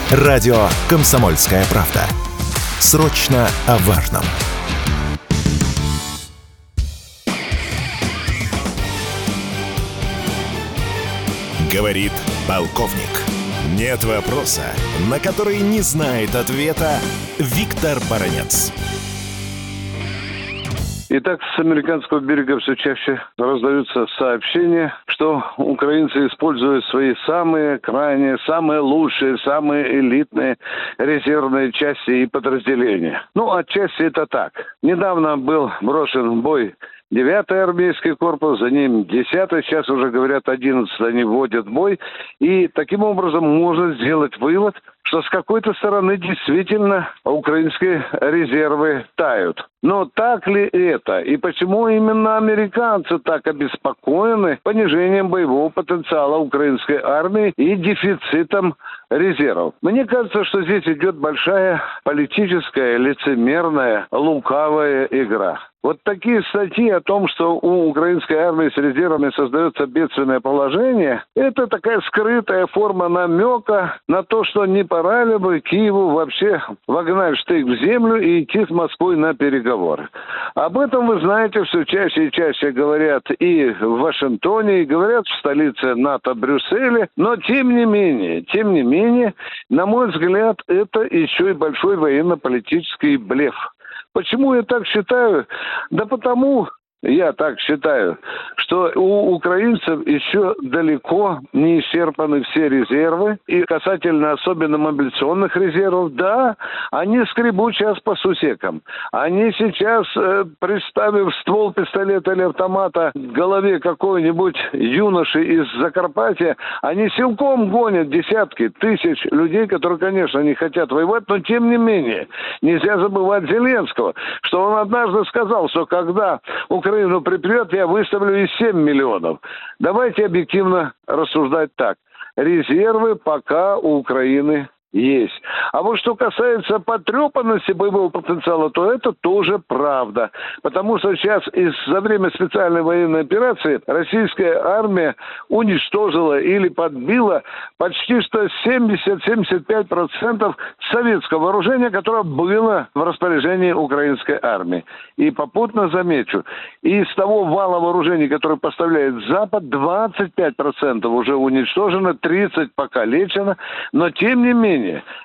Радио «Комсомольская правда». Срочно о важном. Говорит полковник. Нет вопроса, на который не знает ответа Виктор Баранец. Итак, с американского берега все чаще раздаются сообщения, что украинцы используют свои самые крайние, самые лучшие, самые элитные резервные части и подразделения. Ну, отчасти это так. Недавно был брошен в бой 9-й армейский корпус, за ним 10-й, сейчас уже говорят 11-й, они вводят в бой. И таким образом можно сделать вывод, что с какой-то стороны действительно украинские резервы тают. Но так ли это? И почему именно американцы так обеспокоены понижением боевого потенциала украинской армии и дефицитом резервов? Мне кажется, что здесь идет большая политическая, лицемерная, лукавая игра. Вот такие статьи о том, что у украинской армии с резервами создается бедственное положение, это такая скрытая форма намека на то, что не пора ли бы Киеву вообще вогнать штык в землю и идти с Москвой на переговоры. Об этом, вы знаете, все чаще и чаще говорят и в Вашингтоне, и говорят в столице НАТО Брюсселе, но тем не менее, на мой взгляд, это еще и большой военно-политический блеф. Почему я так считаю? Да потому, я так считаю, что у украинцев еще далеко не исчерпаны все резервы. И касательно особенно мобилизационных резервов, да, они скребут сейчас по сусекам. Они сейчас, приставив ствол пистолета или автомата к голове какой-нибудь юноши из Закарпатья, они силком гонят десятки тысяч людей, которые, конечно, не хотят воевать, но тем не менее нельзя забывать Зеленского, что он однажды сказал, что когда Украину припрет, я выставлю и 7 миллионов. Давайте объективно рассуждать так. Резервы пока у Украины есть. А вот что касается потрепанности боевого потенциала, то это тоже правда. Потому что сейчас за время специальной военной операции российская армия уничтожила или подбила почти что 70-75% советского вооружения, которое было в распоряжении украинской армии. И попутно замечу, из того вала вооружений, который поставляет Запад, 25% уже уничтожено, 30% покалечено, но тем не менее,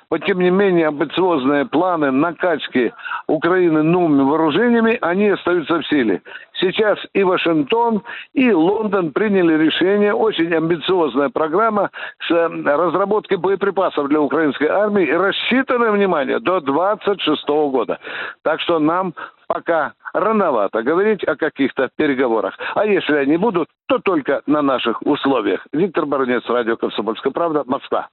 амбициозные планы накачки Украины новыми вооружениями, они остаются в силе. Сейчас и Вашингтон, и Лондон приняли решение, очень амбициозная программа с разработкой боеприпасов для украинской армии, рассчитанное, внимание, до 2026 года. Так что нам пока рановато говорить о каких-то переговорах. А если они будут, то только на наших условиях. Виктор Баранец, радио «Комсомольская правда», Москва.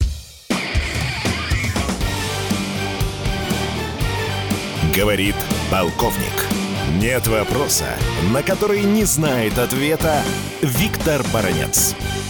Говорит полковник. Нет вопроса, на который не знает ответа Виктор Баранец.